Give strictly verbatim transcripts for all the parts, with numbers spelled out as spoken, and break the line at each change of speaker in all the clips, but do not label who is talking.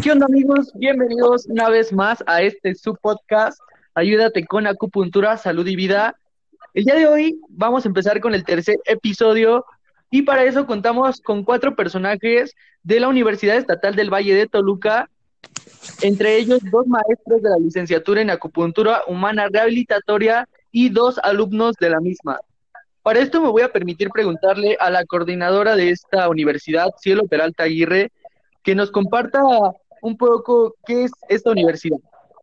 ¿Qué onda, amigos? Bienvenidos una vez más a este subpodcast. Ayúdate con acupuntura, salud y vida. El día de hoy vamos a empezar con el tercer episodio y para eso contamos con cuatro personajes de la Universidad Estatal del Valle de Toluca, entre ellos dos maestros de la licenciatura en acupuntura humana rehabilitatoria y dos alumnos de la misma. Para esto me voy a permitir preguntarle a la coordinadora de esta universidad, Cielo Peralta Aguirre, que nos comparta un poco qué es esta universidad.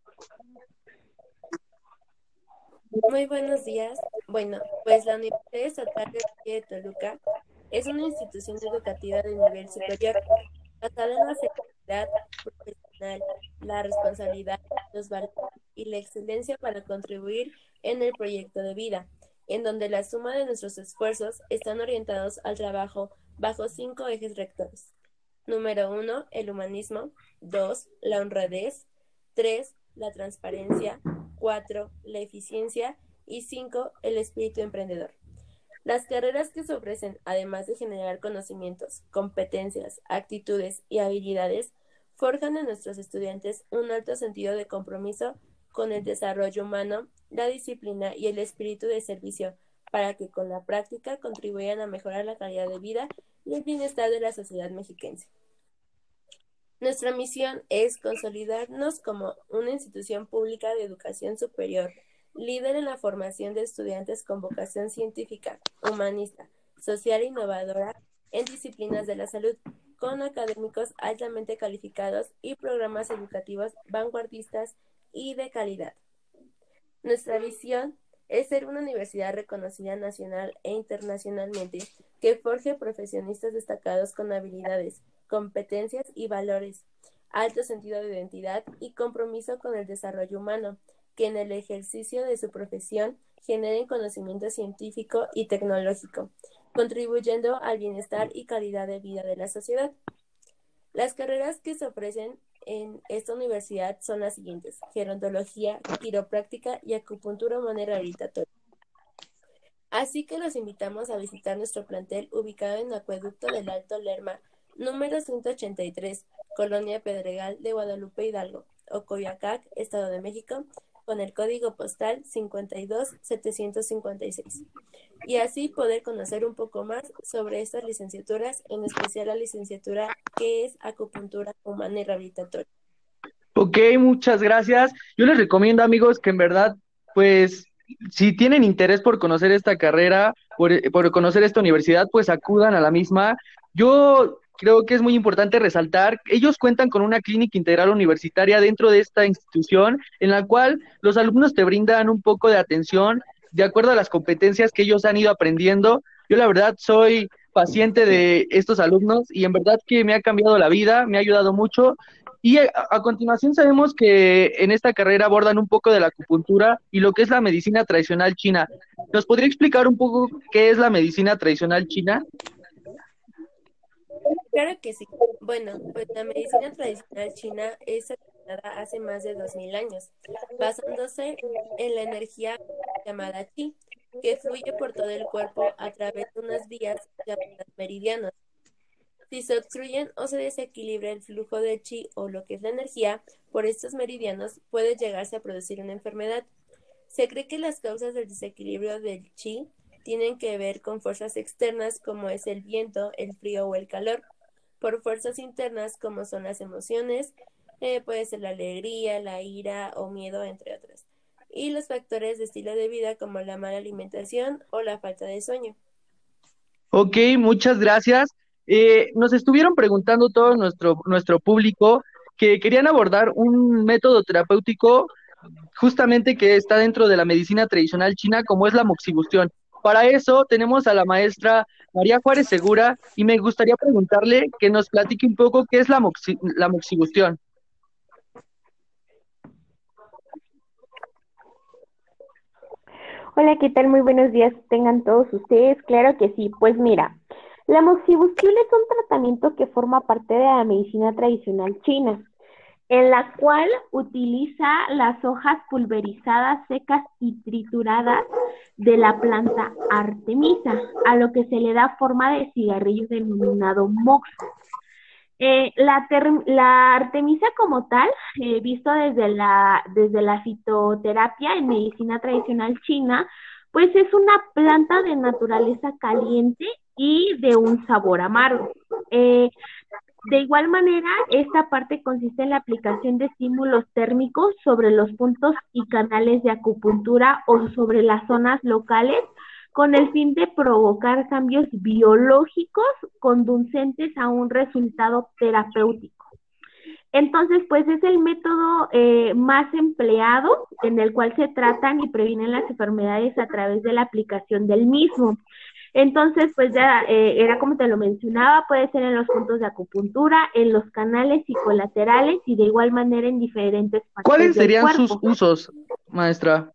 Muy buenos días. Bueno, pues la Universidad Estatal de Valle de Toluca es una institución educativa de nivel superior basada en la flexibilidad profesional, la responsabilidad, los valores y la excelencia para contribuir en el proyecto de vida, en donde la suma de nuestros esfuerzos están orientados al trabajo bajo cinco ejes rectores. Número uno, el humanismo. Dos, la honradez. Tres, la transparencia. Cuatro, la eficiencia. Y cinco, el espíritu emprendedor. Las carreras que se ofrecen, además de generar conocimientos, competencias, actitudes y habilidades, forjan en nuestros estudiantes un alto sentido de compromiso con el desarrollo humano, la disciplina y el espíritu de servicio, para que con la práctica contribuyan a mejorar la calidad de vida y el bienestar de la sociedad mexiquense. Nuestra misión es consolidarnos como una institución pública de educación superior, líder en la formación de estudiantes con vocación científica, humanista, social e innovadora en disciplinas de la salud, con académicos altamente calificados y programas educativos vanguardistas y de calidad. Nuestra visión es ser una universidad reconocida nacional e internacionalmente que forje profesionistas destacados con habilidades, competencias y valores, alto sentido de identidad y compromiso con el desarrollo humano, que en el ejercicio de su profesión generen conocimiento científico y tecnológico, contribuyendo al bienestar y calidad de vida de la sociedad. Las carreras que se ofrecen en esta universidad son las siguientes: gerontología, quiropráctica y acupuntura humana rehabilitatoria. Así que los invitamos a visitar nuestro plantel ubicado en Acueducto del Alto Lerma, número ciento ochenta y tres, Colonia Pedregal de Guadalupe Hidalgo, Ocoyoacac, Estado de México, con el código postal cincuenta y dos setecientos cincuenta y seis. Y así poder conocer un poco más sobre estas licenciaturas, en especial la licenciatura que es acupuntura humana y rehabilitatoria.
Ok, muchas gracias. Yo les recomiendo, amigos, que en verdad, pues, si tienen interés por conocer esta carrera, por, por conocer esta universidad, pues acudan a la misma. Yo creo que es muy importante resaltar, ellos cuentan con una clínica integral universitaria dentro de esta institución, en la cual los alumnos te brindan un poco de atención de acuerdo a las competencias que ellos han ido aprendiendo. Yo la verdad soy paciente de estos alumnos y en verdad que me ha cambiado la vida, me ha ayudado mucho. Y a, a continuación sabemos que en esta carrera abordan un poco de la acupuntura y lo que es la medicina tradicional china. ¿Nos podría explicar un poco qué es la medicina tradicional china?
Claro que sí. Bueno, pues la medicina tradicional china es originada hace más de dos mil años, basándose en la energía llamada chi, que fluye por todo el cuerpo a través de unas vías llamadas meridianos. Si se obstruyen o se desequilibra el flujo de chi o lo que es la energía por estos meridianos, puede llegarse a producir una enfermedad. Se cree que las causas del desequilibrio del chi tienen que ver con fuerzas externas como es el viento, el frío o el calor, por fuerzas internas como son las emociones, eh, puede ser la alegría, la ira o miedo, entre otras, y los factores de estilo de vida como la mala alimentación o la falta de sueño.
Ok, muchas gracias. Eh, nos estuvieron preguntando todo nuestro, nuestro público que querían abordar un método terapéutico justamente que está dentro de la medicina tradicional china, como es la moxibustión. Para eso tenemos a la maestra María Juárez Segura y me gustaría preguntarle que nos platique un poco qué es la, moxi la moxibustión.
Hola, ¿qué tal? Muy buenos días tengan todos ustedes. Claro que sí. Pues mira, la moxibustión es un tratamiento que forma parte de la medicina tradicional china, en la cual utiliza las hojas pulverizadas, secas y trituradas de la planta Artemisa, a lo que se le da forma de cigarrillo denominado mox. Eh, la, ter- la artemisa como tal, eh, visto desde la, desde la fitoterapia en medicina tradicional china, pues es una planta de naturaleza caliente y de un sabor amargo. Eh, de igual manera, esta parte consiste en la aplicación de estímulos térmicos sobre los puntos y canales de acupuntura o sobre las zonas locales con el fin de provocar cambios biológicos conducentes a un resultado terapéutico. Entonces, pues es el método eh, más empleado en el cual se tratan y previenen las enfermedades a través de la aplicación del mismo. Entonces, pues ya eh, era como te lo mencionaba, puede ser en los puntos de acupuntura, en los canales psicolaterales y de igual manera en diferentes partes
¿Cuáles
del
serían sus
cuerpo.
usos, maestra?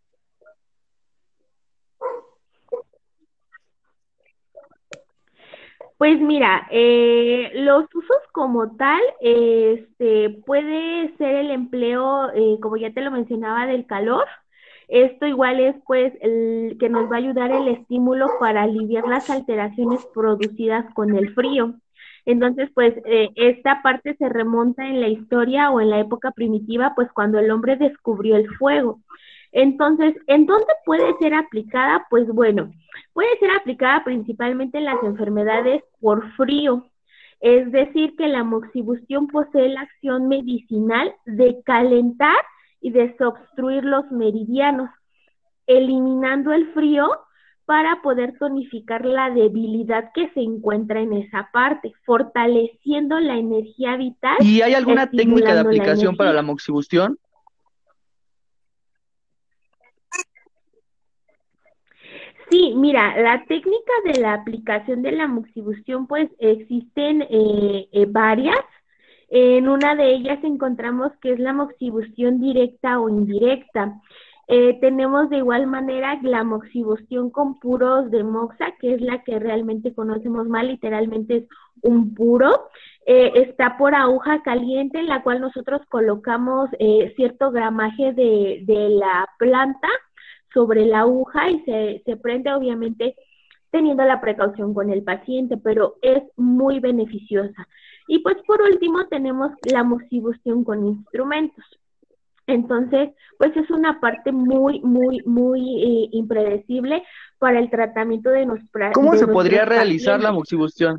Pues mira, eh, los usos como tal, este, puede ser el empleo, eh, como ya te lo mencionaba, del calor. Esto igual es pues el que nos va a ayudar el estímulo para aliviar las alteraciones producidas con el frío. Entonces, pues eh, esta parte se remonta en la historia o en la época primitiva, pues cuando el hombre descubrió el fuego. Entonces, ¿en dónde puede ser aplicada? Pues bueno, puede ser aplicada principalmente en las enfermedades por frío, es decir, que la moxibustión posee la acción medicinal de calentar y desobstruir los meridianos, eliminando el frío para poder tonificar la debilidad que se encuentra en esa parte, fortaleciendo la energía vital,
¿Y hay alguna técnica de
estimulando la
aplicación para
energía.
la moxibustión?
Sí, mira, la técnica de la aplicación de la moxibustión, pues existen eh, eh, varias. En una de ellas encontramos que es la moxibustión directa o indirecta. Eh, tenemos de igual manera la moxibustión con puros de moxa, que es la que realmente conocemos más, literalmente es un puro. Eh, está por aguja caliente, en la cual nosotros colocamos eh, cierto gramaje de, de la planta sobre la aguja y se, se prende obviamente teniendo la precaución con el paciente, pero es muy beneficiosa. Y pues por último tenemos la moxibustión con instrumentos. Entonces, pues es una parte muy, muy, muy eh, impredecible para el tratamiento de, nos,
¿Cómo
de
se podría
nuestros
realizar la
pacientes.
moxibustión?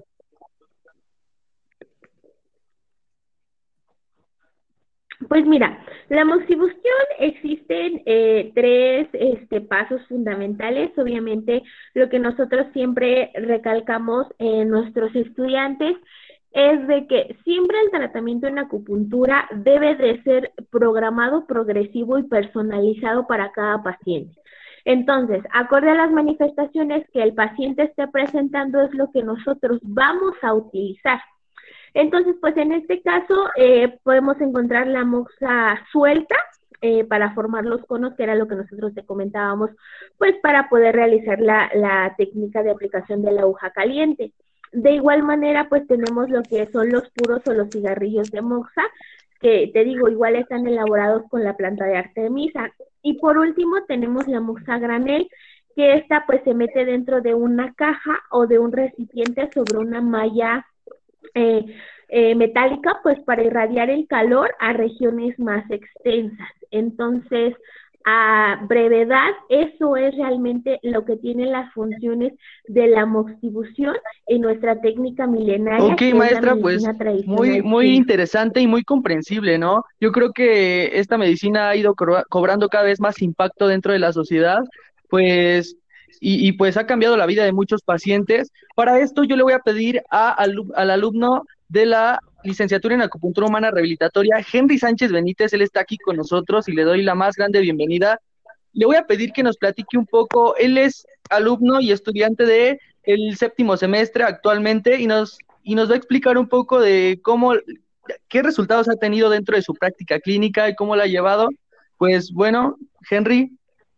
Pues mira, la moxibustión existen eh, tres este, pasos fundamentales. Obviamente, lo que nosotros siempre recalcamos en nuestros estudiantes es de que siempre el tratamiento en acupuntura debe de ser programado, progresivo y personalizado para cada paciente. Entonces, acorde a las manifestaciones que el paciente esté presentando es lo que nosotros vamos a utilizar. Entonces, pues en este caso eh, podemos encontrar la moxa suelta eh, para formar los conos, que era lo que nosotros te comentábamos, pues para poder realizar la, la técnica de aplicación de la aguja caliente. De igual manera, pues tenemos lo que son los puros o los cigarrillos de moxa, que te digo, igual están elaborados con la planta de artemisa. Y por último, tenemos la moxa granel, que esta pues se mete dentro de una caja o de un recipiente sobre una malla eh, eh, metálica, pues para irradiar el calor a regiones más extensas. Entonces, a brevedad, eso es realmente lo que tienen las funciones de la moxibustión en nuestra técnica milenaria,
Ok,
que es la
maestra, pues
medicina
muy,
tradicional
muy
china.
interesante y muy comprensible, ¿no? Yo creo que esta medicina ha ido cobra- cobrando cada vez más impacto dentro de la sociedad, pues, y, y, pues ha cambiado la vida de muchos pacientes. Para esto yo le voy a pedir a, alu- al alumno de la licenciatura en acupuntura humana rehabilitatoria, Henry Sánchez Benítez, él está aquí con nosotros y le doy la más grande bienvenida. Le voy a pedir que nos platique un poco, él es alumno y estudiante de el séptimo semestre actualmente y nos, y nos va a explicar un poco de cómo, qué resultados ha tenido dentro de su práctica clínica y cómo la ha llevado. Pues bueno, Henry.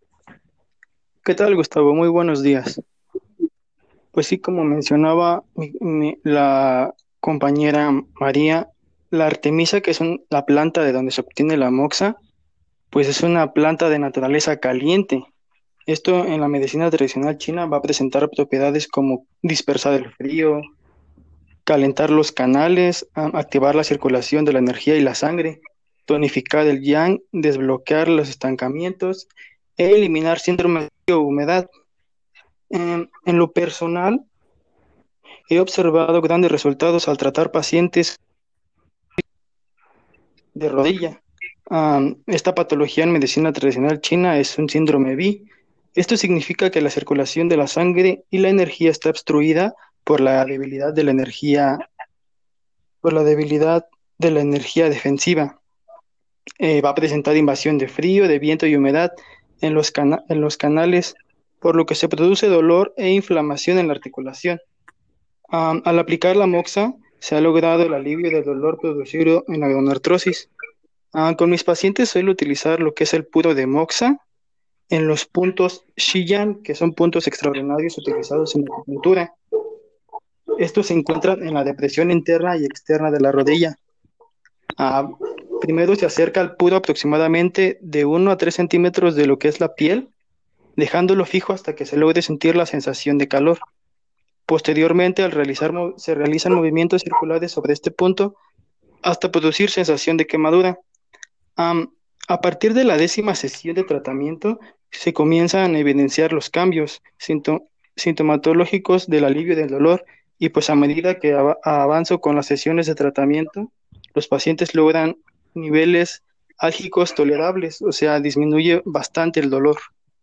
¿Qué tal, Gustavo? Muy buenos días. Pues sí, como mencionaba mi- mi- la compañera María, la artemisa, que es un- la planta de donde se obtiene la moxa, pues es una planta de naturaleza caliente. Esto en la medicina tradicional china va a presentar propiedades como dispersar el frío, calentar los canales, a- activar la circulación de la energía y la sangre, tonificar el yang, desbloquear los estancamientos e eliminar síndromes de humedad. En, en lo personal, he observado grandes resultados al tratar pacientes de rodilla. Am, esta patología en medicina tradicional china es un síndrome B I. Esto significa que la circulación de la sangre y la energía está obstruida por la debilidad de la energía, por la debilidad de la energía defensiva. Eh, va a presentar invasión de frío, de viento y humedad en los cana- en los canales, por lo que se produce dolor e inflamación en la articulación. Am, al aplicar la moxa, se ha logrado el alivio del dolor producido en la gonartrosis. Ah, con mis pacientes suelo utilizar lo que es el puro de moxa en los puntos Shiyan, que son puntos extraordinarios utilizados en la acupuntura. Estos se encuentran en la depresión interna y externa de la rodilla. Ah, primero se acerca al puro aproximadamente de uno a tres centímetros de lo que es la piel, dejándolo fijo hasta que se logre sentir la sensación de calor. Posteriormente, al realizar mo- se realizan movimientos circulares sobre este punto hasta producir sensación de quemadura. Am, a partir de la décima sesión de tratamiento, se comienzan a evidenciar los cambios sinto- sintomatológicos del alivio del dolor y pues a medida que ava- avanzo con las sesiones de tratamiento, los pacientes logran niveles álgicos tolerables, o sea, disminuye bastante el dolor.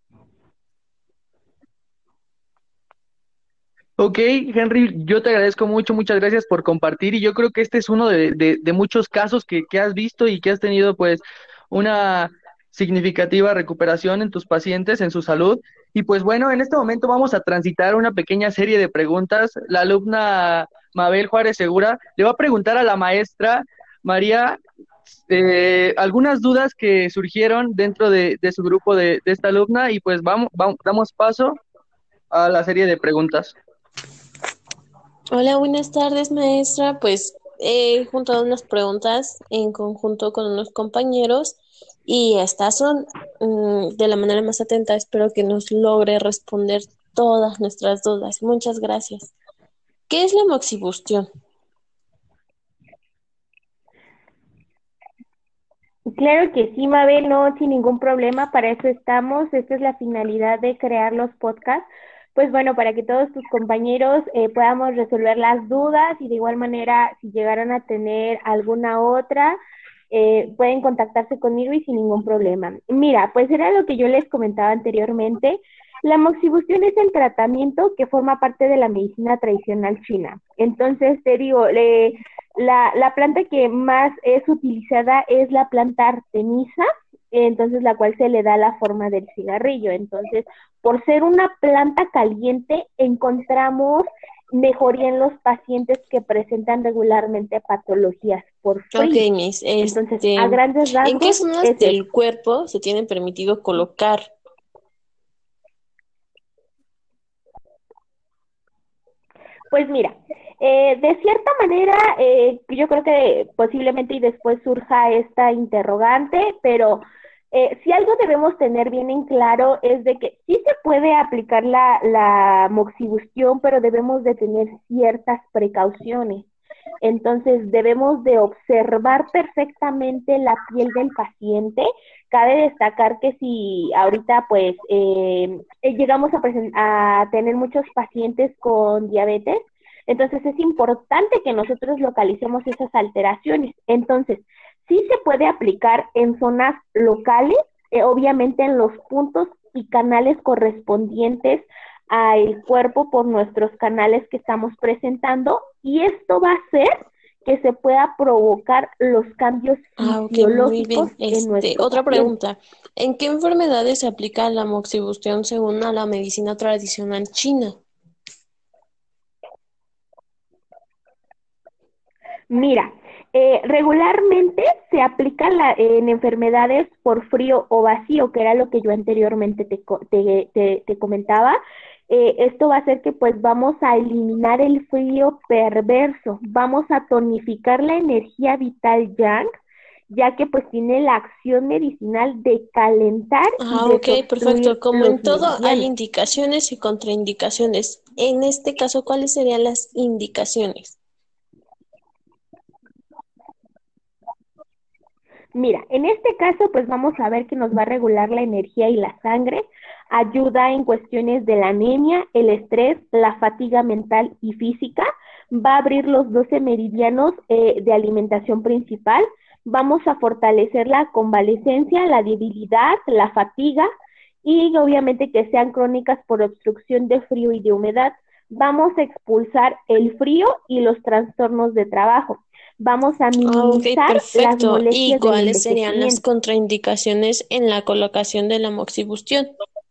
Ok, Henry, yo te agradezco mucho, muchas gracias por compartir y yo creo que este es uno de, de- de muchos casos que, que has visto y que has tenido pues una significativa recuperación en tus pacientes, en su salud. Y pues bueno, en este momento vamos a transitar una pequeña serie de preguntas. La alumna Mabel Juárez Segura le va a preguntar a la maestra María eh, algunas dudas que surgieron dentro de, de su grupo de, de esta alumna y pues vamos, vamos, damos paso a la serie de preguntas.
Hola, buenas tardes, maestra. Pues he juntado unas preguntas en conjunto con unos compañeros y estas son mm, de la manera más atenta. Espero que nos logre responder todas nuestras dudas. Muchas gracias. ¿Qué es la moxibustión?
Claro que sí, Mabel, no, sin ningún problema, para eso estamos, esta es la finalidad de crear los podcasts, pues bueno, para que todos tus compañeros eh, podamos resolver las dudas y de igual manera, si llegaran a tener alguna otra, eh, pueden contactarse conmigo y sin ningún problema. Mira, pues era lo que yo les comentaba anteriormente, la moxibustión es el tratamiento que forma parte de la medicina tradicional china. Entonces, te digo, le la, la planta que más es utilizada es la planta artemisa, entonces la cual se le da la forma del cigarrillo. Entonces, por ser una planta caliente, encontramos mejoría en los pacientes que presentan regularmente patologías por
Ok,
frío.
Miss,
Entonces,
este,
a grandes
¿en qué
rasgos
zonas
es eso.
del cuerpo se tiene permitido colocar?
Pues mira, eh, de cierta manera, eh, yo creo que posiblemente y después surja esta interrogante, pero eh, si algo debemos tener bien en claro es de que sí se puede aplicar la, la moxibustión, pero debemos de tener ciertas precauciones. Entonces debemos de observar perfectamente la piel del paciente. Cabe destacar que si ahorita pues eh, llegamos a, a tener muchos pacientes con diabetes, entonces es importante que nosotros localicemos esas alteraciones. Entonces, sí se puede aplicar en zonas locales, eh, obviamente en los puntos y canales correspondientes al cuerpo por nuestros canales que estamos presentando, y esto va a hacer que se pueda provocar los cambios
Ah, ok, muy
fisiológicos
bien.
en
Este,
nuestro
otra
paciente.
pregunta. ¿En qué enfermedades se aplica la moxibustión según a la medicina tradicional china?
Mira, eh, regularmente se aplica la, en enfermedades por frío o vacío, que era lo que yo anteriormente te, te, te, te comentaba. Eh, esto va a hacer que pues vamos a eliminar el frío perverso, vamos a tonificar la energía vital yang, ya que pues tiene la acción medicinal de calentar y
Ah, ok, perfecto.
desobstruir
Como en
los
todo hay
meridianos.
indicaciones y contraindicaciones. En este caso, ¿cuáles serían las indicaciones?
Mira, en este caso, pues vamos a ver que nos va a regular la energía y la sangre, ayuda en cuestiones de la anemia, el estrés, la fatiga mental y física, va a abrir los doce meridianos eh, de alimentación principal, vamos a fortalecer la convalecencia, la debilidad, la fatiga y obviamente que sean crónicas por obstrucción de frío y de humedad. Vamos a expulsar el frío y los trastornos de trabajo. Vamos a
Ah, ok,
minimizar las
perfecto. ¿Y
molestias del
cuáles serían las
envejecimiento.
contraindicaciones en la colocación de la moxibustión?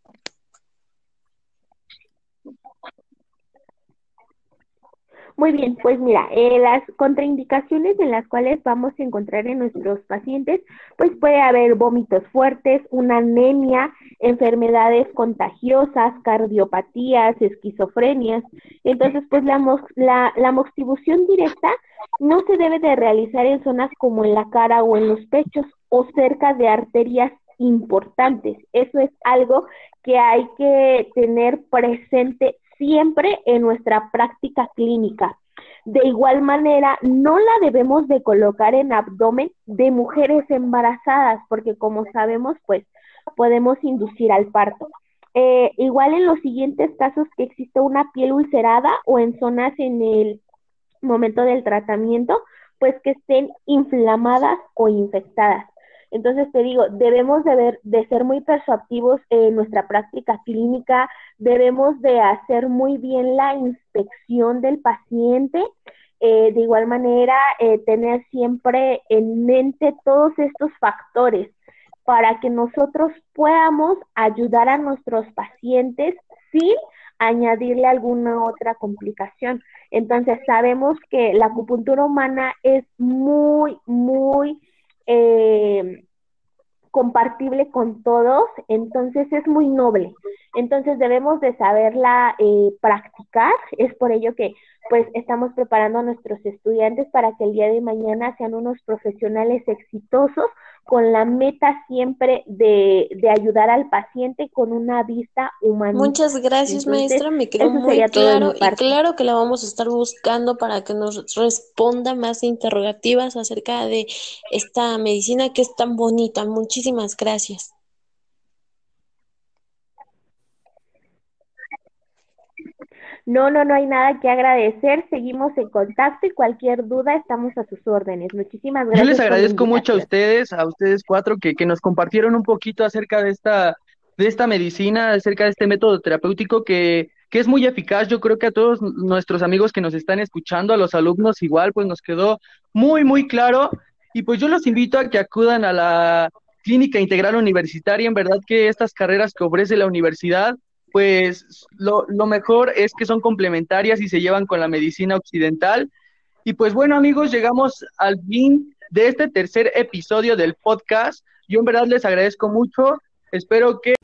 Muy bien, pues mira, eh, las contraindicaciones en las cuales vamos a encontrar en nuestros pacientes, pues puede haber vómitos fuertes, una anemia, enfermedades contagiosas, cardiopatías, esquizofrenias. Entonces, pues la, mox, la, la moxibustión directa no se debe de realizar en zonas como en la cara o en los pechos o cerca de arterias importantes. Eso es algo que hay que tener presente siempre en nuestra práctica clínica. De igual manera, no la debemos de colocar en abdomen de mujeres embarazadas, porque como sabemos, pues podemos inducir al parto. Eh, igual en los siguientes casos que exista una piel ulcerada o en zonas en el momento del tratamiento, pues que estén inflamadas o infectadas. Entonces te digo, debemos de, ver, de ser muy persuasivos en nuestra práctica clínica, debemos de hacer muy bien la inspección del paciente, eh, de igual manera eh, tener siempre en mente todos estos factores para que nosotros podamos ayudar a nuestros pacientes sin añadirle alguna otra complicación. Entonces sabemos que la acupuntura humana es muy, muy eh, compartible con todos, entonces es muy noble. Entonces debemos de saberla eh, practicar, es por ello que pues estamos preparando a nuestros estudiantes para que el día de mañana sean unos profesionales exitosos con la meta siempre de, de ayudar al paciente con una vista humanista.
Muchas gracias,
Entonces,
maestra. Me quedó
eso
muy
sería todo de mi
claro y
parte.
claro que la vamos a estar buscando para que nos responda más interrogativas acerca de esta medicina que es tan bonita. Muchísimas gracias.
No, no, no hay nada que agradecer. Seguimos en contacto y cualquier duda estamos a sus órdenes. Muchísimas
Yo les
gracias por la
agradezco mucho a
invitación.
ustedes, a ustedes cuatro, que, que nos compartieron un poquito acerca de esta, de esta medicina, acerca de este método terapéutico que, que es muy eficaz. Yo creo que a todos nuestros amigos que nos están escuchando, a los alumnos igual, pues nos quedó muy, muy claro. Y pues yo los invito a que acudan a la Clínica Integral Universitaria. En verdad que estas carreras que ofrece la universidad, pues lo, lo mejor es que son complementarias y se llevan con la medicina occidental. Y pues bueno, amigos, llegamos al fin de este tercer episodio del podcast. Yo en verdad les agradezco mucho. Espero que